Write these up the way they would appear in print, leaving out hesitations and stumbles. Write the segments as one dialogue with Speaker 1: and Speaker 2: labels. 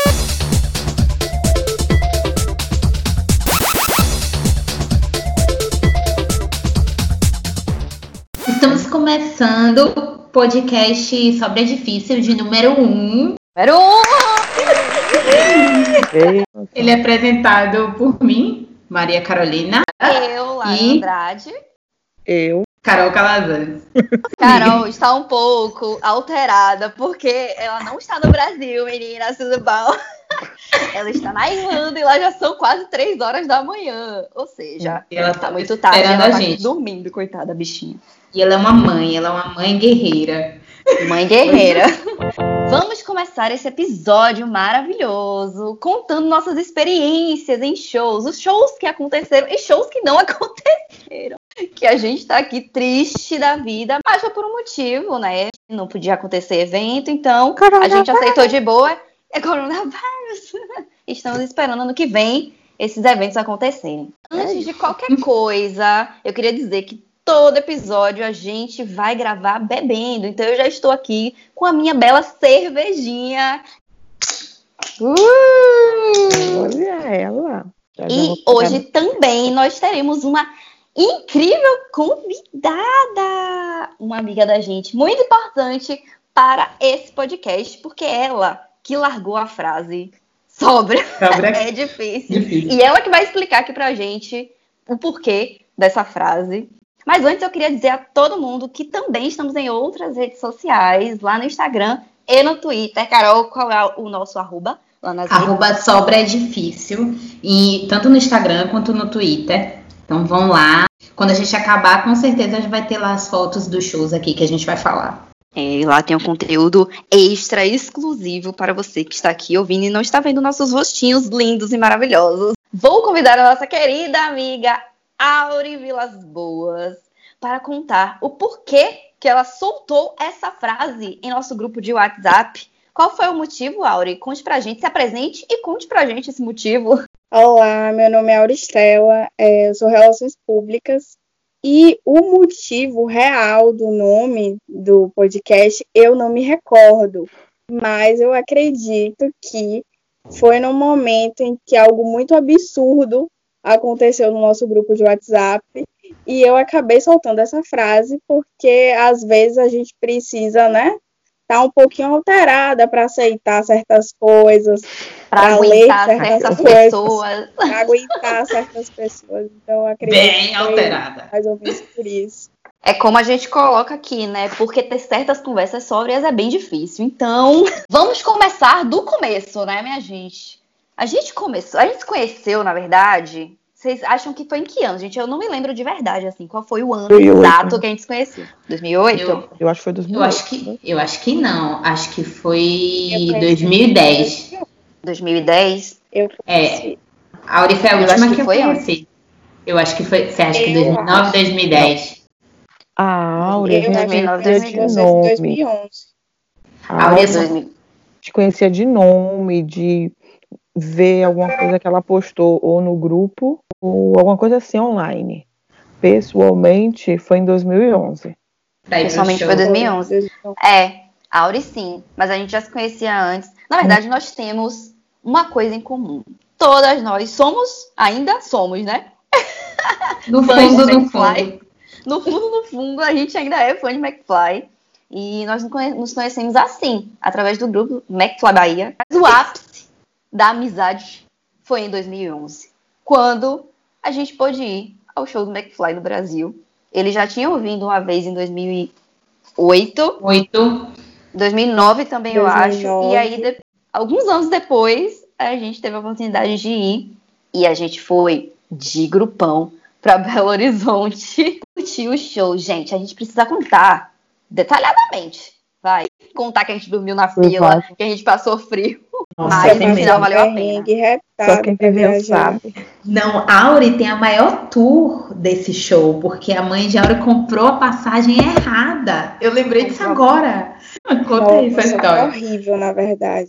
Speaker 1: Estamos começando o podcast Sobre Edifício de número 1. Ele é apresentado por mim, Maria Carolina.
Speaker 2: Eu, Lara Andrade.
Speaker 3: Eu,
Speaker 1: Carol Calazans.
Speaker 2: Carol está um pouco alterada, porque ela não está no Brasil, menina, tudo bom? Ela está na Irlanda e lá já são quase 3 horas da manhã. Ou seja,
Speaker 1: ela
Speaker 2: tá muito tarde,
Speaker 1: ela
Speaker 2: ela
Speaker 1: tá
Speaker 2: gente. Dormindo, coitada, bichinha.
Speaker 1: E ela é uma mãe guerreira.
Speaker 2: Mãe guerreira. Vamos começar esse episódio maravilhoso contando nossas experiências em shows, os shows que aconteceram e shows que não aconteceram. Que a gente tá aqui triste da vida, mas foi por um motivo, né? Não podia acontecer evento, então a gente aceitou de boa. É coronavírus. Estamos esperando ano que vem esses eventos acontecerem. Antes de qualquer coisa, eu queria dizer que todo episódio a gente vai gravar bebendo. Então eu já estou aqui com a minha bela cervejinha.
Speaker 3: olha ela.
Speaker 2: E hoje também nós teremos uma incrível convidada. Uma amiga da gente, muito importante para esse podcast, porque ela que largou a frase sobre é difícil. E ela que vai explicar aqui pra gente o porquê dessa frase. Mas antes eu queria dizer a todo mundo que também estamos em outras redes sociais, lá no Instagram e no Twitter. Carol, qual é o nosso arroba? Lá nas
Speaker 1: Sobre Edifício. E tanto no Instagram quanto no Twitter. Então vão lá. Quando a gente acabar, com certeza a gente vai ter lá as fotos dos shows aqui que a gente vai falar.
Speaker 2: E lá tem um conteúdo extra, exclusivo para você que está aqui ouvindo e não está vendo nossos rostinhos lindos e maravilhosos. Vou convidar a nossa querida amiga Auri Vilas Boas para contar o porquê que ela soltou essa frase em nosso grupo de WhatsApp. Qual foi o motivo, Auri? Conte pra gente, se apresente e conte pra gente esse motivo.
Speaker 4: Olá, meu nome é Auristela, eu sou Relações Públicas. E o motivo real do nome do podcast eu não me recordo, mas eu acredito que foi no momento em que algo muito absurdo aconteceu no nosso grupo de WhatsApp e eu acabei soltando essa frase porque às vezes a gente precisa, né, tá um pouquinho alterada para aceitar certas coisas, para ler certas pessoas, para aguentar certas pessoas. Então, eu acredito
Speaker 1: bem alterada.
Speaker 4: Mais ou menos por isso.
Speaker 2: É como a gente coloca aqui, né? Porque ter certas conversas sóbrias é bem difícil. Então, vamos começar do começo, né, minha gente? A gente se conheceu, na verdade. Vocês acham que foi em que ano, gente? Eu não me lembro de verdade, assim. Qual foi o ano
Speaker 3: 2008.
Speaker 2: Exato que a gente se conheceu? 2008?
Speaker 3: Eu acho que foi 2008.
Speaker 1: Eu acho que não. Acho que foi 2010.
Speaker 2: 2010?
Speaker 4: Eu conheci.
Speaker 1: A Auri foi a última que eu
Speaker 2: foi
Speaker 1: conheci. Eu acho que foi... Você acha que 2009, 2010?
Speaker 3: A Auri,
Speaker 4: Eu
Speaker 3: a gente
Speaker 4: conheci
Speaker 3: de
Speaker 4: vocês em
Speaker 3: nome.
Speaker 4: 2011.
Speaker 3: A Auri te conhecia de nome, de ver alguma coisa que ela postou ou no grupo, ou alguma coisa assim online. Pessoalmente, foi em 2011.
Speaker 2: Pessoalmente foi 2011. A Auri sim, mas a gente já se conhecia antes. Na verdade, nós temos uma coisa em comum. Todas nós ainda somos, né?
Speaker 1: No
Speaker 2: fundo, a gente ainda é fã de McFly. E nós nos conhecemos assim, através do grupo McFly Bahia. Mas o ápice da amizade foi em 2011, quando a gente pôde ir ao show do McFly no Brasil. Ele já tinha vindo uma vez em 2008. 2009 também, 2009. Eu acho. E aí, alguns anos depois, a gente teve a oportunidade de ir. E a gente foi de grupão para Belo Horizonte curtir o show. Gente, a gente precisa contar detalhadamente. Vai. Contar que a gente dormiu na fila, que a gente passou frio.
Speaker 1: Nossa,
Speaker 2: mas no final valeu a pena.
Speaker 3: Só quem viveu sabe.
Speaker 1: Não, a Auri tem a maior tour desse show, porque a mãe de Auri comprou a passagem errada. Eu lembrei disso agora. Conta aí essa história.
Speaker 4: Foi horrível, na verdade.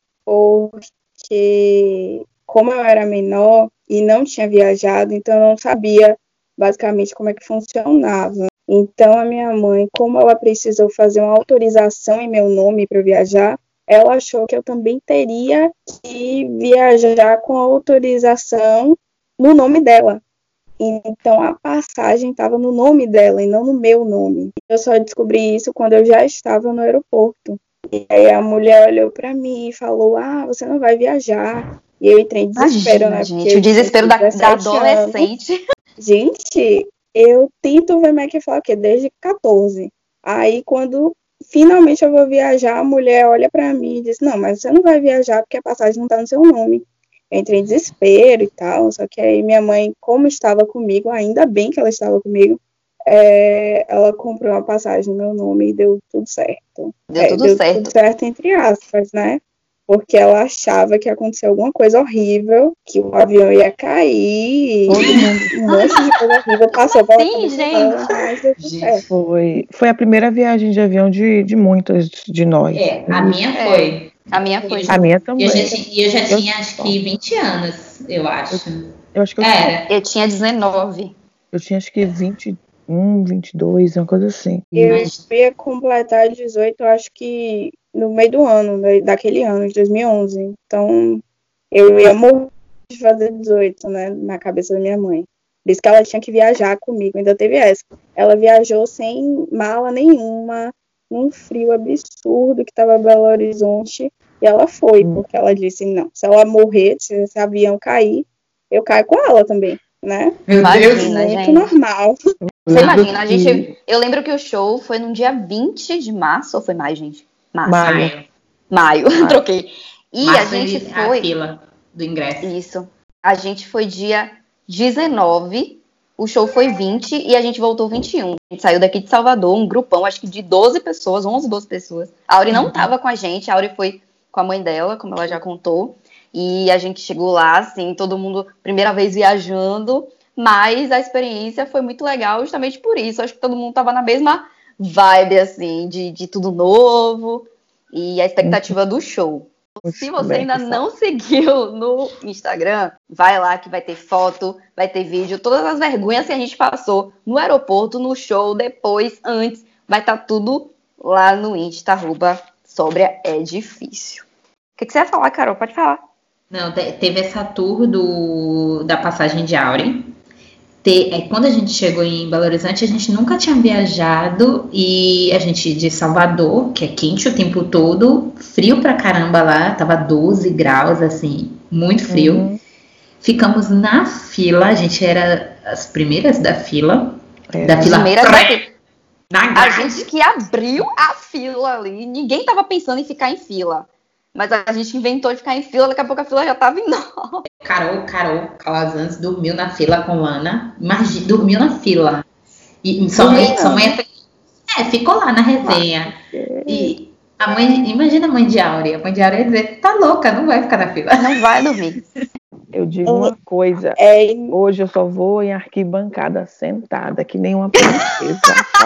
Speaker 4: Porque, como eu era menor e não tinha viajado, então eu não sabia basicamente como é que funcionava. Então, a minha mãe, como ela precisou fazer uma autorização em meu nome para viajar, ela achou que eu também teria que viajar com a autorização no nome dela. Então a passagem estava no nome dela e não no meu nome. Eu só descobri isso quando eu já estava no aeroporto. E aí a mulher olhou para mim e falou: você não vai viajar. E eu entrei em desespero,
Speaker 2: Imagina,
Speaker 4: né?
Speaker 2: gente, o desespero da adolescente.
Speaker 4: Anos. Gente, eu tento ver McFly desde 14. Aí quando finalmente eu vou viajar, a mulher olha para mim e diz: não, mas você não vai viajar porque a passagem não está no seu nome. Eu entrei em desespero e tal, só que aí minha mãe, como estava comigo, ainda bem que ela estava comigo, ela comprou uma passagem no meu nome e deu tudo certo.
Speaker 2: Deu tudo
Speaker 4: certo entre aspas, né? Porque ela achava que ia acontecer alguma coisa horrível, que o avião ia cair, um monte de coisa horrível passou pela cabeça dela, mas deu tudo certo.
Speaker 3: Foi a primeira viagem de avião de muitas de nós.
Speaker 1: A minha foi.
Speaker 2: A minha foi.
Speaker 3: A minha também.
Speaker 1: E eu já tinha, acho que 20 anos, eu acho.
Speaker 3: Eu acho que
Speaker 2: eu tinha 19.
Speaker 3: Eu tinha, acho que 21, 22, uma coisa assim.
Speaker 4: Eu ia completar 18, acho que no meio do ano, daquele ano, de 2011. Então, eu ia morrer de fazer 18, né, na cabeça da minha mãe. Por isso que ela tinha que viajar comigo, ainda teve essa. Ela viajou sem mala nenhuma, um frio absurdo que estava em Belo Horizonte, e ela foi, porque ela disse, não, se ela morrer, se esse avião cair, eu caio com ela também, né?
Speaker 2: Imagina,
Speaker 4: muito
Speaker 2: gente.
Speaker 4: Normal.
Speaker 2: Você imagina, eu lembro que o show foi no dia 20 de março, ou foi maio, gente? Maio. Troquei. E
Speaker 1: março,
Speaker 2: a gente foi...
Speaker 1: a fila do ingresso.
Speaker 2: Isso. A gente foi dia 19, o show foi 20 e a gente voltou 21. A gente saiu daqui de Salvador, um grupão, acho que de 12 pessoas, 11, 12 pessoas. A Auri não tava com a gente, a Auri foi com a mãe dela, como ela já contou. E a gente chegou lá, assim, todo mundo, primeira vez viajando, mas a experiência foi muito legal justamente por isso. Acho que todo mundo tava na mesma vibe, assim, de tudo novo e a expectativa do show. Se você ainda não seguiu no Instagram, vai lá que vai ter foto, vai ter vídeo, todas as vergonhas que a gente passou no aeroporto, no show, depois, antes, vai estar tudo lá no Insta, @Sóbria é Difícil. O que você ia falar, Carol? Pode falar.
Speaker 1: Não, teve essa tour da passagem de Auri. Quando a gente chegou em Belo Horizonte, a gente nunca tinha viajado e a gente de Salvador, que é quente o tempo todo, frio pra caramba lá, tava 12 graus, assim, muito frio. Ficamos na fila, a gente era as primeiras da fila. Da fila
Speaker 2: a gente que abriu a fila ali, ninguém tava pensando em ficar em fila. Mas a gente inventou de ficar em fila, daqui a pouco a fila já tava enorme.
Speaker 1: Carol Calazans dormiu na fila com Lana. Imagina, dormiu na fila. E sua mãe ficou lá na resenha. E a mãe, imagina a mãe de Auri. A mãe de Auri ia dizer, tá louca, não vai ficar na fila.
Speaker 2: Não vai dormir.
Speaker 3: Eu digo uma coisa, hoje eu só vou em arquibancada sentada, que nem uma princesa.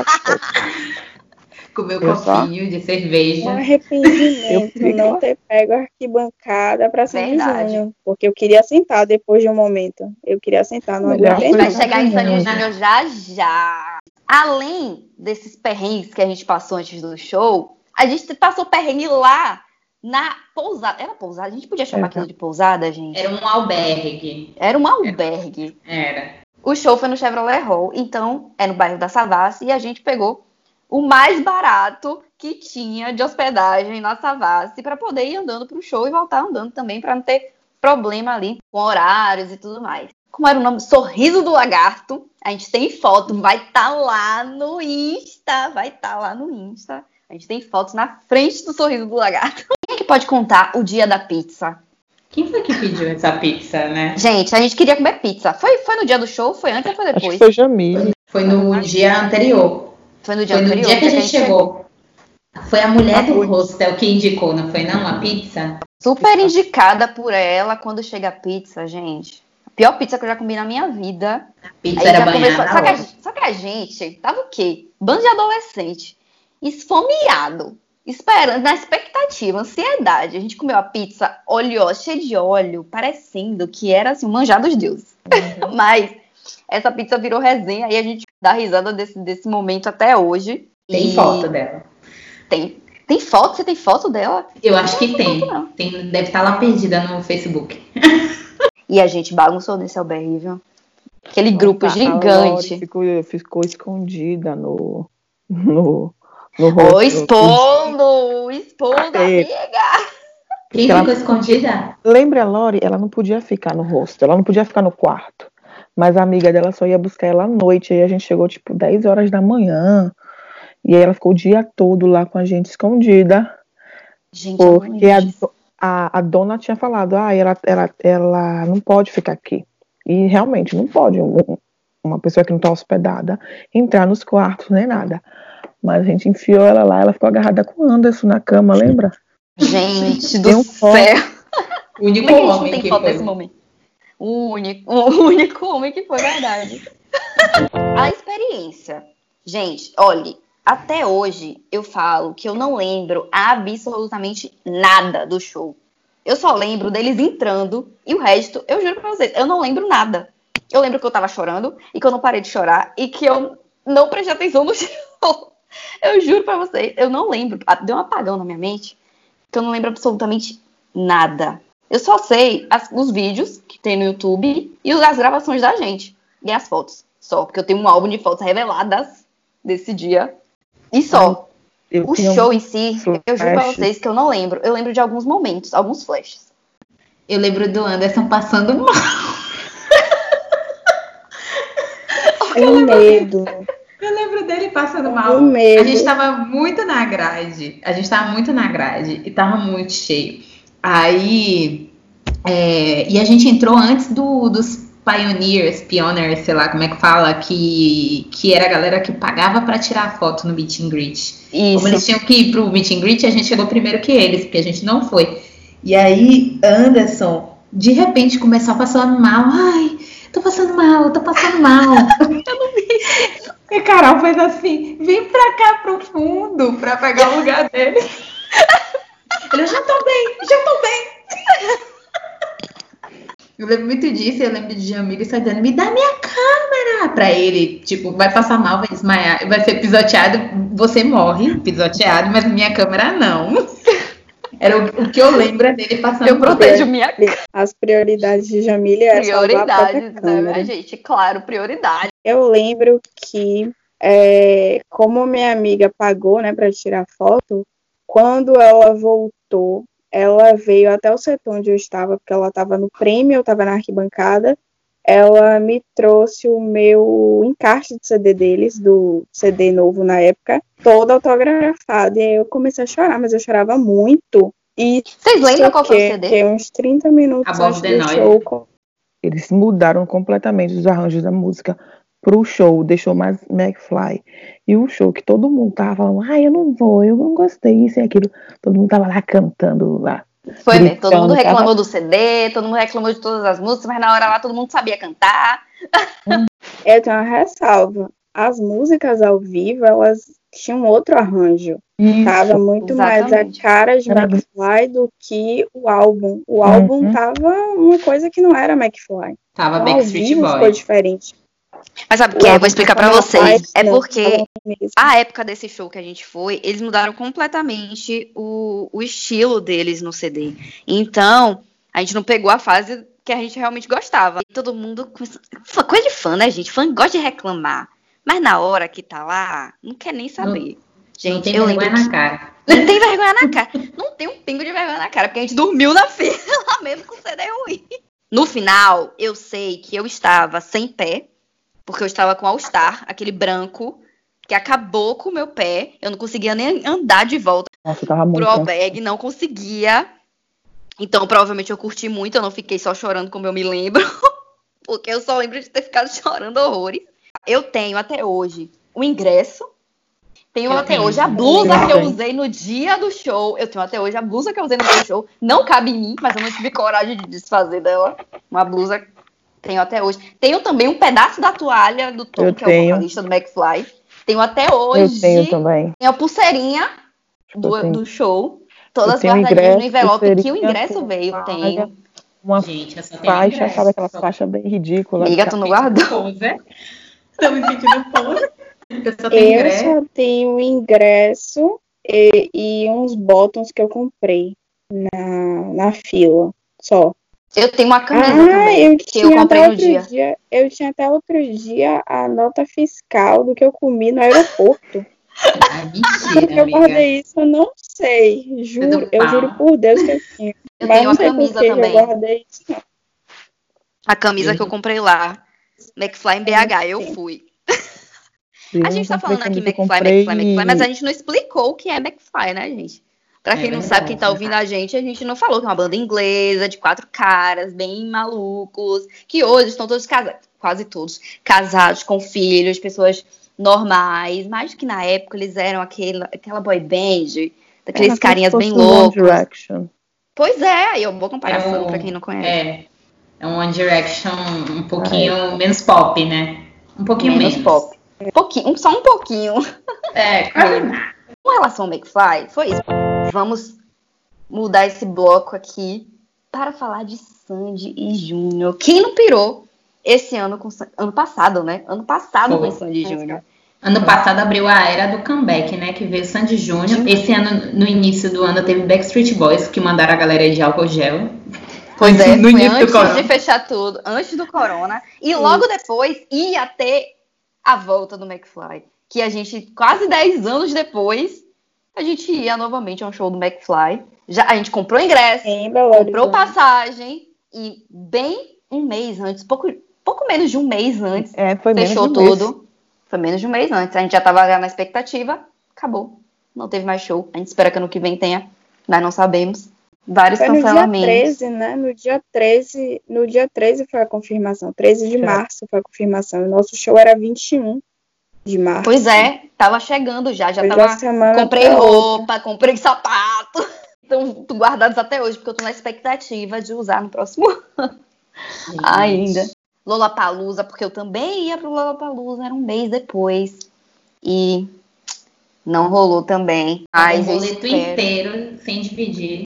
Speaker 1: Com meu copinho de cerveja.
Speaker 4: Um arrependimento não ter pego a arquibancada para Sandy Júnior. Porque eu queria sentar depois de um momento. Eu queria sentar no
Speaker 2: A gente vai chegar em Sandy Júnior já. Além desses perrengues que a gente passou antes do show, a gente passou perrengue lá na pousada. Era pousada? A gente podia chamar aquilo de pousada, gente?
Speaker 1: Era um albergue.
Speaker 2: Era um albergue.
Speaker 1: Era.
Speaker 2: O show foi no Chevrolet Hall, então é no bairro da Savassi, e a gente pegou o mais barato que tinha de hospedagem na Savassi para poder ir andando para o show e voltar andando também para não ter problema ali com horários e tudo mais. Como era o nome? Sorriso do Lagarto. A gente tem foto, vai estar lá no Insta. A gente tem fotos na frente do Sorriso do Lagarto. Quem é que pode contar o dia da pizza?
Speaker 1: Quem foi que pediu essa pizza, né?
Speaker 2: Gente, a gente queria comer pizza. Foi no dia do show? Foi antes ou foi depois?
Speaker 3: Acho que foi Jamile.
Speaker 1: Foi no dia anterior.
Speaker 2: Foi no dia anterior.
Speaker 1: Dia que a gente chegou. Foi a mulher do hostel que indicou, não foi não? A pizza?
Speaker 2: Super indicada por ela quando chega a pizza, gente. A pior pizza que eu já comi na minha vida.
Speaker 1: A pizza era banhada.
Speaker 2: Só que a gente tava o quê? Bando de adolescente. Esfomeado. Esperando, na expectativa, ansiedade. A gente comeu a pizza cheia de óleo, parecendo que era assim, um manjar dos deuses. Mas essa pizza virou resenha e a gente dá risada desse momento até hoje.
Speaker 1: Tem foto dela.
Speaker 2: Tem Tem foto? Você tem foto dela?
Speaker 1: Eu acho que tem.
Speaker 2: Foto, não.
Speaker 1: Deve estar lá perdida no Facebook.
Speaker 2: E a gente bagunçou nesse albergue, viu? Aquele
Speaker 3: Nossa,
Speaker 2: grupo
Speaker 3: a
Speaker 2: gigante.
Speaker 3: Lori ficou escondida no
Speaker 2: Ô,
Speaker 3: rosto.
Speaker 2: expondo, amiga!
Speaker 1: Quem ficou escondida?
Speaker 3: Lembra a Lori? Ela não podia ficar no rosto, ela não podia ficar no quarto. Mas a amiga dela só ia buscar ela à noite. Aí a gente chegou tipo 10 horas da manhã. E aí ela ficou o dia todo lá com a gente escondida.
Speaker 2: Gente,
Speaker 3: Porque a dona tinha falado, ela não pode ficar aqui. E realmente não pode uma pessoa que não está hospedada entrar nos quartos nem nada. Mas a gente enfiou ela lá, ela ficou agarrada com o Anderson na cama, lembra?
Speaker 2: Gente
Speaker 3: Tem
Speaker 2: do
Speaker 3: foto.
Speaker 2: céu!
Speaker 1: O único
Speaker 2: Como é que a gente não
Speaker 1: homem
Speaker 2: tem
Speaker 1: que
Speaker 2: foto
Speaker 1: foi.
Speaker 2: desse momento? O único homem que foi, verdade. A experiência. Gente, olhe, até hoje eu falo que eu não lembro absolutamente nada do show. Eu só lembro deles entrando e o resto, eu juro pra vocês, eu não lembro nada. Eu lembro que eu tava chorando e que eu não parei de chorar e que eu não prestei atenção no show. Eu juro pra vocês, eu não lembro. Deu um apagão na minha mente que eu não lembro absolutamente nada. Eu só sei os vídeos que tem no YouTube e as gravações da gente. E as fotos. Só, porque eu tenho um álbum de fotos reveladas desse dia. E só. O show em si, eu juro pra vocês que eu não lembro. Eu lembro de alguns momentos, alguns flashes.
Speaker 1: Eu lembro do Anderson passando mal.
Speaker 4: Um medo.
Speaker 1: Eu lembro dele passando
Speaker 4: Um
Speaker 1: mal.
Speaker 4: medo.
Speaker 1: A gente tava muito na grade. E tava muito cheio. Aí. E a gente entrou antes dos Pioneers, sei lá como é que fala, que era a galera que pagava pra tirar foto no meet and greet.
Speaker 2: Isso.
Speaker 1: Como eles tinham que ir pro meet and greet, a gente chegou primeiro que eles, porque a gente não foi. E aí, Anderson, de repente, começou a passar mal. Ai, tô passando mal. Eu não vi. E a Carol fez assim, vem pra cá pro fundo, pra pegar o lugar dele. Ele, já tô bem. Eu lembro muito disso, eu lembro de Jamile só dizendo, me dá minha câmera pra ele, tipo, vai passar mal, vai desmaiar, vai ser pisoteado, você morre pisoteado, mas minha câmera não. Era o que eu lembro dele passando.
Speaker 2: Eu protejo minha câmera.
Speaker 4: As prioridades de Jamile é salvar a própria câmera.
Speaker 2: Né, gente? Claro, prioridade.
Speaker 4: Eu lembro que, como minha amiga pagou, né, pra tirar foto, quando ela voltou, ela veio até o setor onde eu estava, porque ela estava no prêmio, eu estava na arquibancada. Ela me trouxe o meu encarte de CD deles, do CD novo na época, todo autografado. E aí eu comecei a chorar, mas eu chorava muito. E
Speaker 2: vocês lembram qual foi o CD?
Speaker 4: Que uns 30 minutos antes do show.
Speaker 3: Eles mudaram completamente os arranjos da música pro show, deixou mais McFly. E o show que todo mundo tava falando, eu não vou, eu não gostei, isso e aquilo. Todo mundo tava lá cantando lá.
Speaker 2: Foi mesmo, todo mundo reclamou do CD, todo mundo reclamou de todas as músicas, mas na hora lá todo mundo sabia cantar.
Speaker 4: Eu tenho uma ressalva. As músicas ao vivo, elas tinham outro arranjo.
Speaker 3: Isso,
Speaker 4: tava muito mais a cara de McFly do que o álbum. O álbum tava uma coisa que não era McFly.
Speaker 1: Tava
Speaker 4: então,
Speaker 1: Backstreet Boys.
Speaker 4: Ficou diferente.
Speaker 2: Mas sabe o que? Eu vou explicar pra vocês. É porque a época desse show que a gente foi, eles mudaram completamente o estilo deles no CD. Então, a gente não pegou a fase que a gente realmente gostava. E todo mundo... Coisa de fã, né, gente? Fã gosta de reclamar. Mas na hora que tá lá, não quer nem saber. Gente,
Speaker 1: não tem vergonha na cara.
Speaker 2: Não tem vergonha na cara. Não tem um pingo de vergonha na cara, porque a gente dormiu na fila mesmo com o CD ruim. No final, eu sei que eu estava sem pé, porque eu estava com All Star, aquele branco, que acabou com o meu pé. Eu não conseguia nem andar de volta.
Speaker 3: Nossa, tava muito
Speaker 2: pro albergue, não conseguia. Então, provavelmente eu curti muito, eu não fiquei só chorando como eu me lembro. Porque eu só lembro de ter ficado chorando horrores. Eu tenho até hoje o ingresso. Tenho até hoje a blusa que eu usei no dia do show. Eu tenho até hoje a blusa que eu usei no dia do show. Não cabe em mim, mas eu não tive coragem de desfazer dela. Uma blusa... Tenho até hoje. Tenho também um pedaço da toalha do Tom, que é o vocalista do McFly. Tenho até hoje.
Speaker 3: Eu tenho também.
Speaker 2: Tenho a pulseirinha do show. Todas guardadinhas no envelope que o ingresso veio. Tenho.
Speaker 3: Uma
Speaker 1: gente, essa
Speaker 3: faixa, sabe aquela faixa bem ridícula?
Speaker 2: Amiga, tu não guardou.
Speaker 1: Tô me sentindo pose.
Speaker 4: Eu só tenho ingresso e uns bottoms que eu comprei na fila, só.
Speaker 2: Eu tenho uma camisa também, que eu comprei no dia.
Speaker 4: Eu tinha até outro dia a nota fiscal do que eu comi no aeroporto.
Speaker 1: Mentira,
Speaker 4: eu guardei isso, eu não sei. Juro, eu juro por Deus que eu tinha.
Speaker 2: Eu
Speaker 4: Mas
Speaker 2: tenho
Speaker 4: não
Speaker 2: a
Speaker 4: sei
Speaker 2: camisa
Speaker 4: por que
Speaker 2: também.
Speaker 4: eu guardei isso, não.
Speaker 2: A camisa que eu comprei lá. McFly em BH, eu fui. A gente tá falando aqui McFly, mas a gente não explicou o que é McFly, né, gente? Pra quem não sabe, quem tá ouvindo a gente não falou que é uma banda inglesa de 4 caras, bem malucos, que hoje estão todos casados, quase todos, casados com filhos, pessoas normais, mais do que na época eles eram aquela boy band, daqueles carinhas bem loucos.
Speaker 3: One Direction.
Speaker 2: Pois é, aí é uma boa comparação pra quem não conhece.
Speaker 1: É um One Direction um pouquinho menos pop, né? Um pouquinho menos
Speaker 2: pop. Só um pouquinho. Com relação ao McFly, foi isso. Vamos mudar esse bloco aqui para falar de Sandy e Júnior. Quem não pirou esse ano ano passado, né? Ano passado com Sandy e Júnior.
Speaker 1: Ano passado abriu a era do comeback, né? Que veio Sandy Júnior. Esse ano, no início do ano, teve Backstreet Boys, que mandaram a galera de álcool gel.
Speaker 2: Pois é, no foi antes de fechar tudo, antes do corona. E logo depois ia ter a volta do McFly. Que a gente, quase 10 anos depois, a gente ia novamente a um show do McFly. A gente comprou ingresso, comprou passagem e bem um mês antes, pouco menos de um mês antes, fechou tudo. Foi menos de um mês antes. A gente já estava na expectativa, acabou. Não teve mais show. A gente espera que ano que vem tenha, mas não sabemos. Vários cancelamentos.
Speaker 4: No dia 13, né? No dia 13 foi a confirmação. 13 de março foi a confirmação. O nosso show era 21 de março.
Speaker 2: Pois é, tava chegando já tava. Comprei roupa, comprei sapato. Estão guardados até hoje, porque eu tô na expectativa de usar no próximo ano. Ainda. Lollapalooza, porque eu também ia pro Lollapalooza, era um mês depois. E não rolou também.
Speaker 1: Mas o boleto inteiro sem dividir.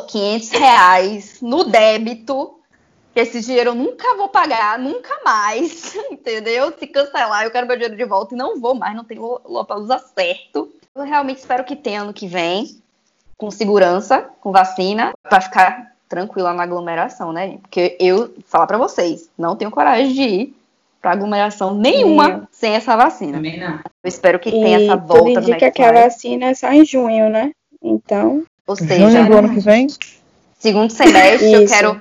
Speaker 2: R$500 no débito. Que esse dinheiro eu nunca vou pagar, nunca mais. Entendeu? Se cancelar, eu quero meu dinheiro de volta e não vou mais, não tem Lollapalooza certo. Eu realmente espero que tenha ano que vem, com segurança, com vacina, pra ficar tranquila na aglomeração, né, gente? Porque eu, falar pra vocês, não tenho coragem de ir pra aglomeração nenhuma sem essa vacina.
Speaker 1: Também não.
Speaker 2: Eu espero que tenha essa volta do McFly.
Speaker 4: Indica que a vacina é só em junho, né? Então...
Speaker 2: Ou seja...
Speaker 3: Junho do ano que vem?
Speaker 2: Segundo semestre, eu quero...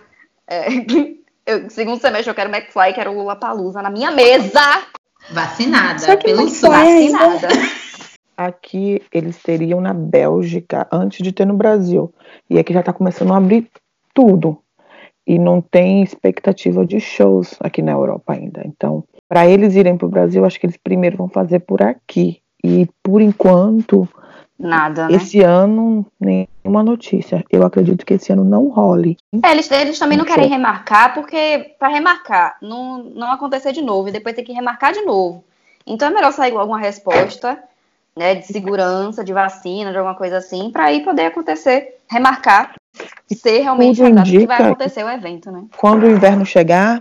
Speaker 2: segundo semestre, eu quero McFly, quero Lollapalooza na minha mesa!
Speaker 1: Vacinada, pelo SUS.
Speaker 2: Vacinada.
Speaker 3: Aqui eles teriam na Bélgica antes de ter no Brasil. E aqui já está começando a abrir tudo. E não tem expectativa de shows aqui na Europa ainda. Então, para eles irem para o Brasil, acho que eles primeiro vão fazer por aqui. E por enquanto,
Speaker 2: nada, né?
Speaker 3: Esse ano, nenhuma notícia. Eu acredito que esse ano não role.
Speaker 2: Eles também não querem remarcar, porque para remarcar, não acontecer de novo. E depois ter que remarcar de novo. Então é melhor sair logo uma resposta, né, de segurança, de vacina, de alguma coisa assim, para aí poder acontecer, remarcar, ser realmente a data que vai acontecer o evento, né?
Speaker 3: Quando o inverno chegar,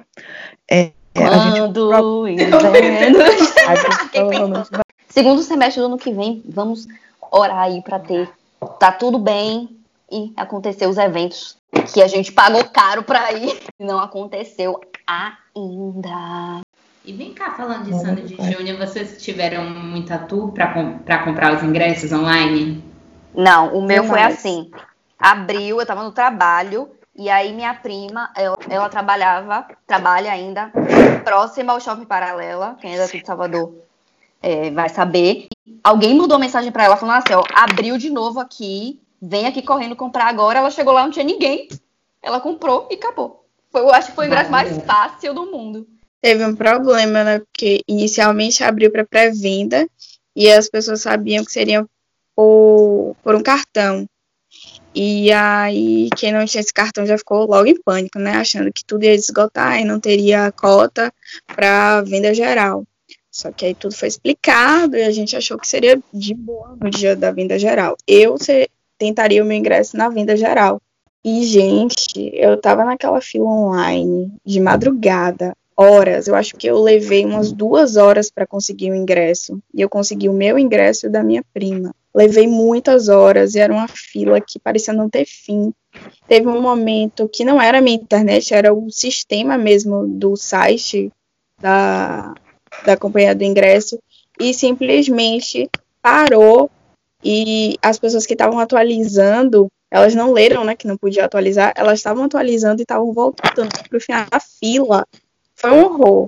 Speaker 2: o inverno segundo semestre do ano que vem, vamos orar aí para tá tudo bem e acontecer os eventos que a gente pagou caro para ir. Não aconteceu ainda.
Speaker 1: E vem cá, falando de Sandy Júnior, vocês tiveram muita tour para comprar os ingressos online?
Speaker 2: Não, o meu foi assim. Abril, eu tava no trabalho, e aí minha prima, ela trabalha ainda, próxima ao Shopping Paralela, quem é daqui de Salvador vai saber. Alguém mandou mensagem pra ela falando assim, abriu de novo aqui, vem aqui correndo comprar agora. Ela chegou lá, não tinha ninguém. Ela comprou e acabou. Eu acho que foi o ingresso mais fácil do mundo.
Speaker 4: Teve um problema, né? Porque inicialmente abriu para pré-venda e as pessoas sabiam que seriam por um cartão. E aí, quem não tinha esse cartão já ficou logo em pânico, né? Achando que tudo ia esgotar e não teria cota para venda geral. Só que aí tudo foi explicado e a gente achou que seria de boa no dia da venda geral. Eu tentaria o meu ingresso na venda geral. E, gente, eu tava naquela fila online de madrugada, horas. Eu acho que eu levei umas 2 horas para conseguir o ingresso. E eu consegui o meu ingresso e o da minha prima. levei muitas horas e era uma fila que parecia não ter fim. Teve um momento que não era a minha internet, era o sistema mesmo do site da companhia do ingresso, e simplesmente parou, e as pessoas que estavam atualizando, elas não leram, né, que não podia atualizar, elas estavam atualizando e estavam voltando para o final da fila. Foi um horror.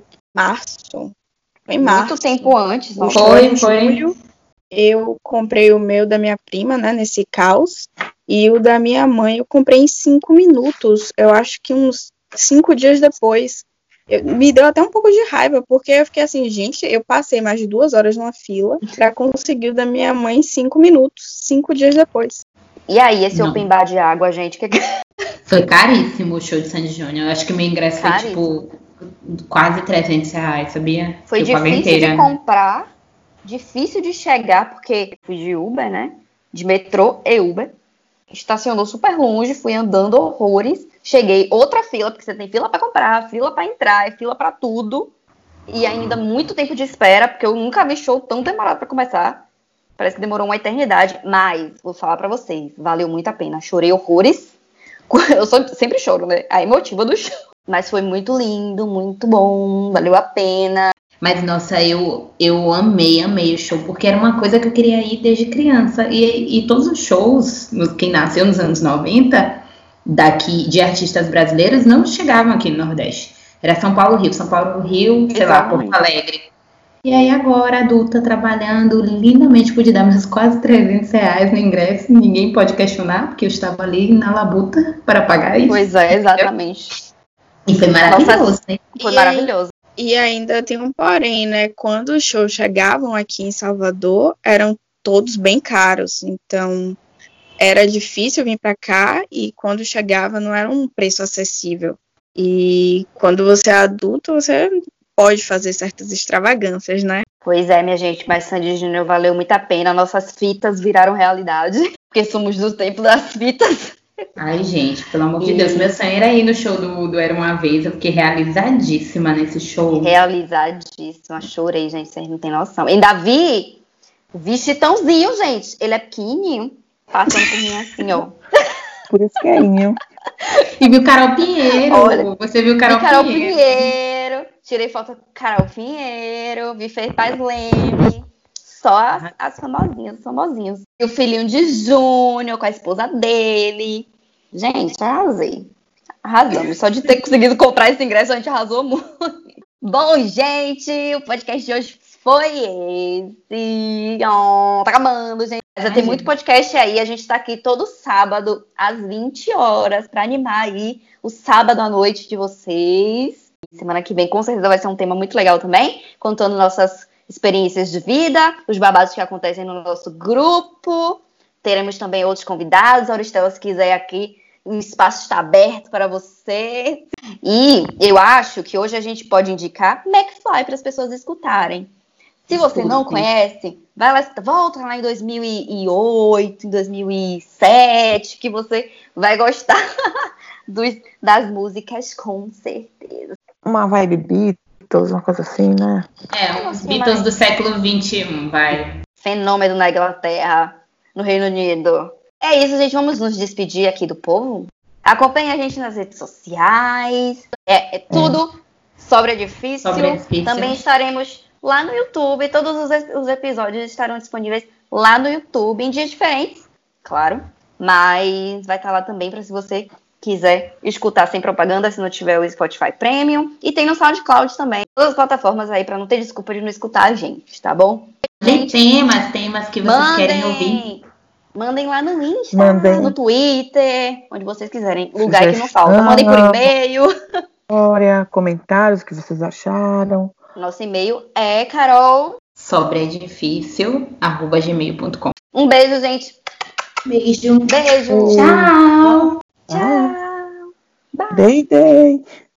Speaker 4: Foi em março.
Speaker 2: Muito tempo antes. Não
Speaker 1: Foi.
Speaker 4: Julho, eu comprei o meu da minha prima, né, nesse caos, e o da minha mãe eu comprei em 5 minutos, eu acho que uns 5 dias depois. Me deu até um pouco de raiva, porque eu fiquei assim, gente, eu passei mais de 2 horas numa fila para conseguir o da minha mãe em 5 minutos, 5 dias depois.
Speaker 2: E aí, esse open bar de água, gente?
Speaker 1: Foi caríssimo o show de Sandy Júnior. Eu acho que meu ingresso foi, tipo, quase R$300, sabia?
Speaker 2: Foi difícil de comprar, difícil de chegar, porque fui de Uber, né? De metrô e Uber. Estacionou super longe, fui andando horrores. Cheguei outra fila, porque você tem fila pra comprar, fila pra entrar, fila pra tudo. E ainda muito tempo de espera, porque eu nunca vi show tão demorado pra começar. Parece que demorou uma eternidade. Mas, vou falar pra vocês, valeu muito a pena. Chorei horrores. Eu sempre choro, né? A emotiva do show. Mas foi muito lindo, muito bom, valeu a pena.
Speaker 1: Mas, nossa, eu amei o show, porque era uma coisa que eu queria ir desde criança. E todos os shows, quem nasceu nos anos 90, daqui de artistas brasileiros, não chegavam aqui no Nordeste. Era São Paulo-Rio, sei lá, Porto Alegre. E aí agora, adulta, trabalhando lindamente, pude dar meus quase R$300 no ingresso, ninguém pode questionar, porque eu estava ali na labuta para pagar isso.
Speaker 2: Pois é, exatamente.
Speaker 1: E foi maravilhoso, né?
Speaker 2: Foi maravilhoso.
Speaker 4: E ainda tem um porém, né? Quando os shows chegavam aqui em Salvador, eram todos bem caros. Então, era difícil vir para cá e quando chegava não era um preço acessível. E quando você é adulto, você pode fazer certas extravagâncias, né?
Speaker 2: Pois é, minha gente, mas Sandy Júnior valeu muito a pena. Nossas fitas viraram realidade, porque somos do tempo das fitas.
Speaker 1: Ai, gente, pelo amor de Deus, meu sonho era ir no show do Era Uma Vez, eu fiquei realizadíssima nesse show.
Speaker 2: Realizadíssima, chorei, gente, vocês não têm noção. Ainda vi Chitãozinho, gente, ele é pequenininho, passando por mim assim, ó.
Speaker 3: Por isso que é inho.
Speaker 1: E viu Carol Pinheiro,
Speaker 2: olha,
Speaker 1: você viu Carol
Speaker 2: Pinheiro, tirei foto com Carol Pinheiro, vi Faz Leme. Só as famosinhas. E o filhinho de Júnior com a esposa dele. Gente, arrasei. Arrasamos. Só de ter conseguido comprar esse ingresso, a gente arrasou muito. Bom, gente, o podcast de hoje foi esse. Tá acabando, gente. Já tem muito podcast aí. A gente tá aqui todo sábado, às 20 horas, pra animar aí o sábado à noite de vocês. Semana que vem, com certeza, vai ser um tema muito legal também, contando nossas experiências de vida, os babados que acontecem no nosso grupo. Teremos também outros convidados. Auristela, se quiser aqui, o espaço está aberto para você. E eu acho que hoje a gente pode indicar McFly para as pessoas escutarem. Se você não conhece, vai lá, volta lá em 2008, em 2007, que você vai gostar das músicas, com certeza.
Speaker 3: Uma vibe Beatles, uma coisa assim, né?
Speaker 1: Os Beatles do século XXI, vai.
Speaker 2: Fenômeno na Inglaterra, no Reino Unido. É isso, gente. Vamos nos despedir aqui do povo. Acompanhe a gente nas redes sociais. É tudo sobre Edifício. Também estaremos lá no YouTube. Todos os episódios estarão disponíveis lá no YouTube, em dias diferentes, claro. Mas vai estar lá também para se você quiser escutar sem propaganda, se não tiver o Spotify Premium. E tem no SoundCloud também. Todas as plataformas aí, para não ter desculpa de não escutar a gente, tá bom?
Speaker 1: Tem temas que vocês querem ouvir.
Speaker 2: Mandem lá no Insta, no Twitter, onde vocês quiserem. Lugar que não falta. Mandem por e-mail.
Speaker 3: História, comentários, o que vocês acharam.
Speaker 2: Nosso e-mail é Carol
Speaker 1: sobreedifício@gmail.com.
Speaker 2: Um beijo, gente.
Speaker 1: Beijo.
Speaker 2: Beijo.
Speaker 1: Tchau.
Speaker 2: Tchau.
Speaker 3: Bye.